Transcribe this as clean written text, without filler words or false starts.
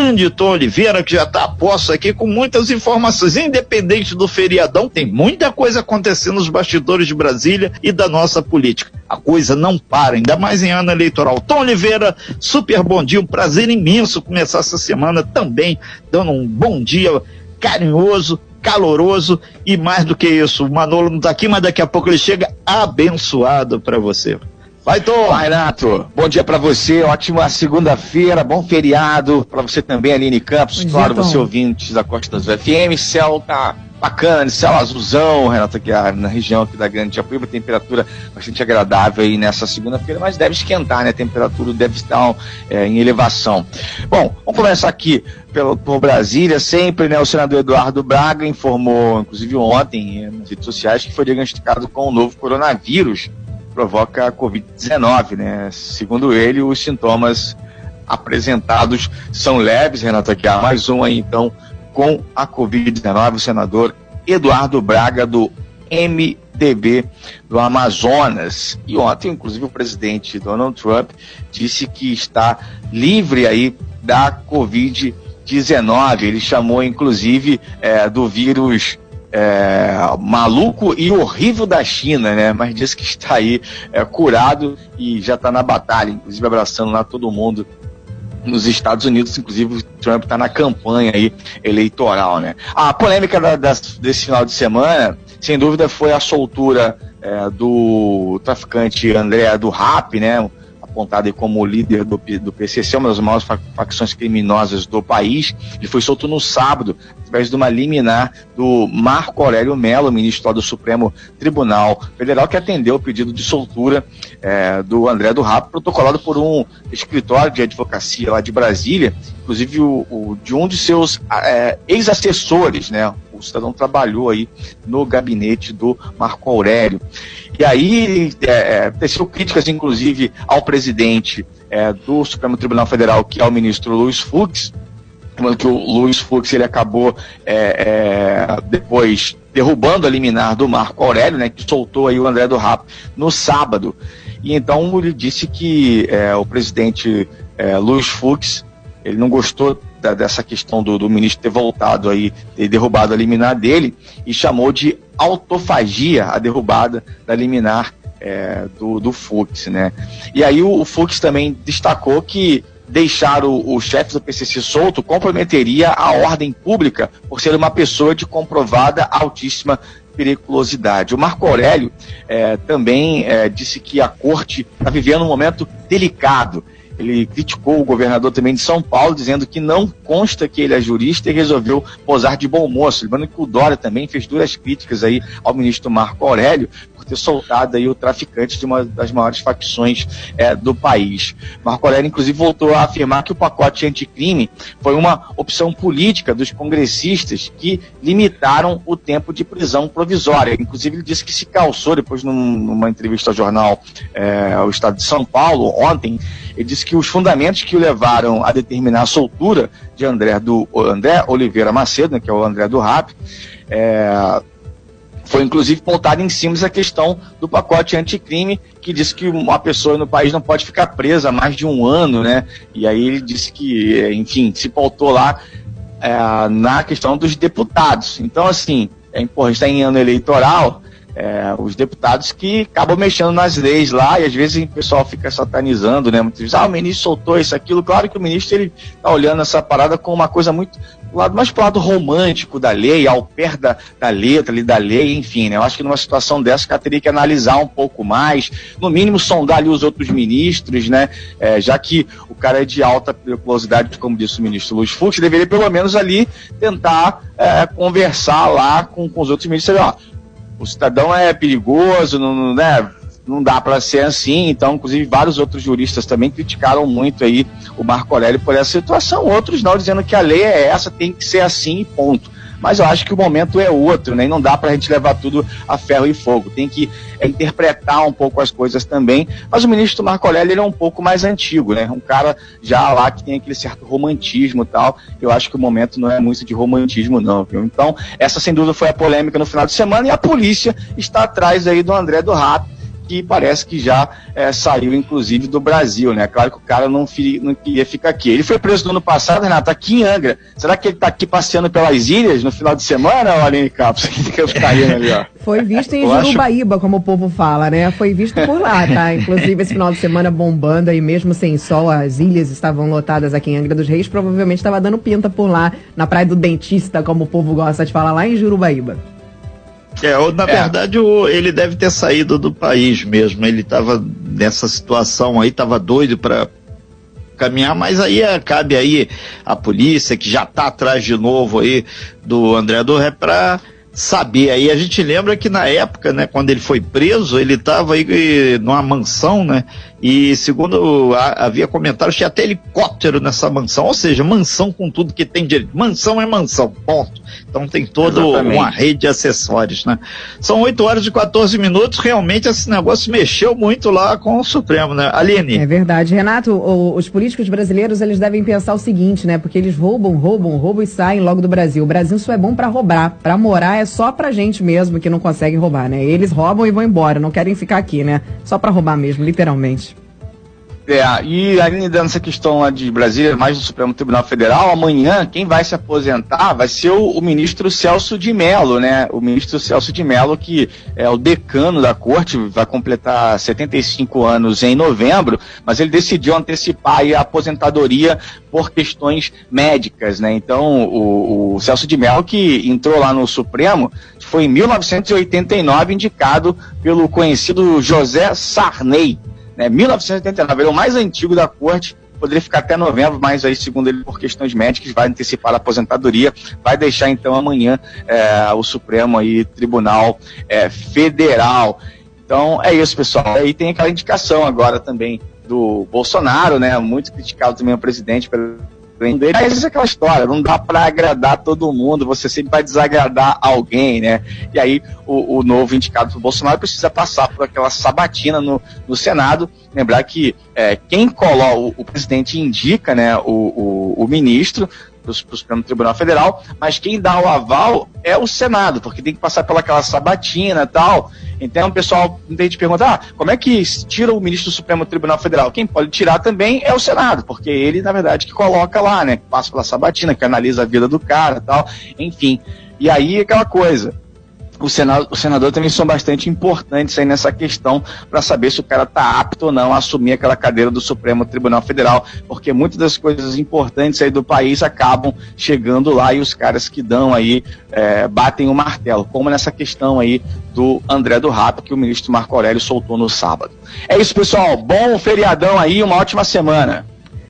grande Tom Oliveira, que já está a posto aqui com muitas informações. Independente do feriadão, tem muita coisa acontecendo nos bastidores de Brasília e da nossa política. A coisa não para, ainda mais em ano eleitoral. Tom Oliveira, super bom dia, um prazer imenso começar essa semana também, dando um bom dia carinhoso, caloroso e mais do que isso, o Manolo não está aqui, mas daqui a pouco ele chega abençoado para você. Vai, Tom! Vai, Renato. Bom dia pra você, ótima segunda-feira, bom feriado pra você também, Aline Campos, Bom claro, dia, você ouvinte da Costa Azul FM, céu tá bacana, céu azulzão, Renato, aqui na região aqui da Grande Japuíba, temperatura bastante agradável aí nessa segunda-feira, mas deve esquentar, né, a temperatura deve estar em elevação. Bom, vamos começar aqui por Brasília, sempre, né, o senador Eduardo Braga informou, inclusive ontem, nas redes sociais, que foi diagnosticado com o novo coronavírus, provoca a Covid-19, né? Segundo ele, os sintomas apresentados são leves, Renato, aqui há mais um aí, então, com a Covid-19, o senador Eduardo Braga, do MDB do Amazonas. E ontem, inclusive, o presidente Donald Trump disse que está livre aí da Covid-19. Ele chamou, inclusive, do vírus maluco e horrível da China, né? Mas diz que está aí curado e já está na batalha, inclusive abraçando lá todo mundo nos Estados Unidos. Inclusive o Trump está na campanha aí eleitoral, né? A polêmica desse final de semana, sem dúvida, foi a soltura do traficante André do Rap, né? Apontado aí como líder do PCC, uma das maiores facções criminosas do país. Ele foi solto no sábado, através de uma liminar do Marco Aurélio Mello, ministro do Supremo Tribunal Federal, que atendeu o pedido de soltura do André do Rap, protocolado por um escritório de advocacia lá de Brasília, inclusive de um de seus ex-assessores, né? O cidadão trabalhou aí no gabinete do Marco Aurélio. E aí teceu críticas, inclusive, ao presidente do Supremo Tribunal Federal, que é o ministro Luiz Fux, que o Luiz Fux ele acabou depois derrubando a liminar do Marco Aurélio, né, que soltou aí o André do Rap no sábado. E então ele disse que o presidente Luiz Fux, ele não gostou dessa questão do ministro ter voltado aí, ter derrubado a liminar dele, e chamou de autofagia a derrubada da liminar do Fux, né? E aí o Fux também destacou que deixar o chefe do PCC solto comprometeria a ordem pública por ser uma pessoa de comprovada altíssima periculosidade. O Marco Aurélio também disse que a corte está vivendo um momento delicado. Ele criticou o governador também de São Paulo, dizendo que não consta que ele é jurista e resolveu posar de bom moço. Lembrando que o Dória também fez duras críticas aí ao ministro Marco Aurélio por ter soltado aí o traficante de uma das maiores facções do país. Marco Aurélio, inclusive, voltou a afirmar que o pacote anticrime foi uma opção política dos congressistas que limitaram o tempo de prisão provisória. Inclusive, ele disse que se calçou, depois numa entrevista ao jornal ao Estado de São Paulo, ontem, ele disse que os fundamentos que o levaram a determinar a soltura de André Oliveira Macedo, né, que é o André do Rap, foi inclusive pautado em cima dessa questão do pacote anticrime, que diz que uma pessoa no país não pode ficar presa há mais de um ano, né? E aí ele disse que, enfim, se pautou lá na questão dos deputados. Então, assim, é importante, está em ano eleitoral, os deputados que acabam mexendo nas leis lá, e às vezes o pessoal fica satanizando, né? Muitas vezes, o ministro soltou isso, aquilo. Claro que o ministro, ele tá olhando essa parada com uma coisa muito, mais pro lado romântico da lei, ao pé da letra ali da lei, enfim, né? Eu acho que numa situação dessa, o cara teria que analisar um pouco mais, no mínimo sondar ali os outros ministros, né? Já que o cara é de alta periculosidade, como disse o ministro Luiz Fux, deveria pelo menos ali tentar conversar lá com os outros ministros, o cidadão é perigoso, não dá para ser assim. Então, inclusive, vários outros juristas também criticaram muito aí o Marco Aurélio por essa situação, outros não, dizendo que a lei é essa, tem que ser assim e ponto. Mas eu acho que o momento é outro, né? E não dá pra gente levar tudo a ferro e fogo. Tem que interpretar um pouco as coisas também. Mas o ministro Marco Aurélio, ele é um pouco mais antigo, né? Um cara já lá que tem aquele certo romantismo e tal. Eu acho que o momento não é muito de romantismo, não, viu? Então, essa sem dúvida foi a polêmica no final de semana, e a polícia está atrás aí do André do Rap, que parece que já saiu, inclusive, do Brasil, né? Claro que o cara não queria ficar aqui. Ele foi preso no ano passado, Renato, aqui em Angra. Será que ele está aqui passeando pelas ilhas no final de semana, ou Aline Campos? Ali, ó. Foi visto em Jurubaíba, como o povo fala, né? Foi visto por lá, tá? Inclusive, esse final de semana bombando aí, mesmo sem sol, as ilhas estavam lotadas aqui em Angra dos Reis. Provavelmente estava dando pinta por lá, na Praia do Dentista, como o povo gosta de falar, lá em Jurubaíba. Na verdade, ele deve ter saído do país mesmo. Ele estava nessa situação aí, estava doido para caminhar, mas aí cabe aí a polícia, que já está atrás de novo aí do André do Ré, para saber. Aí a gente lembra que na época, né, quando ele foi preso, ele estava aí numa mansão, né, e segundo havia comentários, tinha até helicóptero nessa mansão, ou seja, mansão com tudo que tem direito. Mansão é mansão, ponto. Então tem toda uma rede de acessórios, né. São 8h14, realmente esse negócio mexeu muito lá com o Supremo, né, Aline? É verdade, Renato, os políticos brasileiros, eles devem pensar o seguinte, né, porque eles roubam e saem logo do Brasil. O Brasil só é bom para roubar, para morar é só pra gente mesmo que não consegue roubar, né? Eles roubam e vão embora, não querem ficar aqui, né? Só pra roubar mesmo, literalmente. E ainda nessa questão lá de Brasília, mais do Supremo Tribunal Federal, amanhã quem vai se aposentar vai ser o ministro Celso de Mello, né? O ministro Celso de Mello, que é o decano da corte, vai completar 75 anos em novembro, mas ele decidiu antecipar aí a aposentadoria por questões médicas, né? Então, o Celso de Mello, que entrou lá no Supremo, foi em 1989 indicado pelo conhecido José Sarney, né, 1989, ele é o mais antigo da corte, poderia ficar até novembro, mas aí, segundo ele, por questões médicas, vai antecipar a aposentadoria, vai deixar então amanhã o Supremo aí, Tribunal Federal. Então é isso, pessoal. Aí tem aquela indicação agora também do Bolsonaro, né, muito criticado também o presidente pelo dele. Mas é aquela história, não dá para agradar todo mundo, você sempre vai desagradar alguém, né? E aí o novo indicado do Bolsonaro precisa passar por aquela sabatina no Senado. Lembrar que quem coloca, o presidente indica, né, o ministro do Supremo Tribunal Federal, mas quem dá o aval é o Senado, porque tem que passar pelaquela sabatina e tal. Então o pessoal tem de perguntar, como é que tira o ministro do Supremo Tribunal Federal? Quem pode tirar também é o Senado, porque ele, na verdade, que coloca lá, né, que passa pela sabatina, que analisa a vida do cara e tal, enfim. E aí aquela coisa, o senador também são bastante importantes aí nessa questão para saber se o cara está apto ou não a assumir aquela cadeira do Supremo Tribunal Federal, porque muitas das coisas importantes aí do país acabam chegando lá e os caras que dão aí, batem o martelo, como nessa questão aí do André do Rap, que o ministro Marco Aurélio soltou no sábado. É isso, pessoal, bom feriadão aí, uma ótima semana.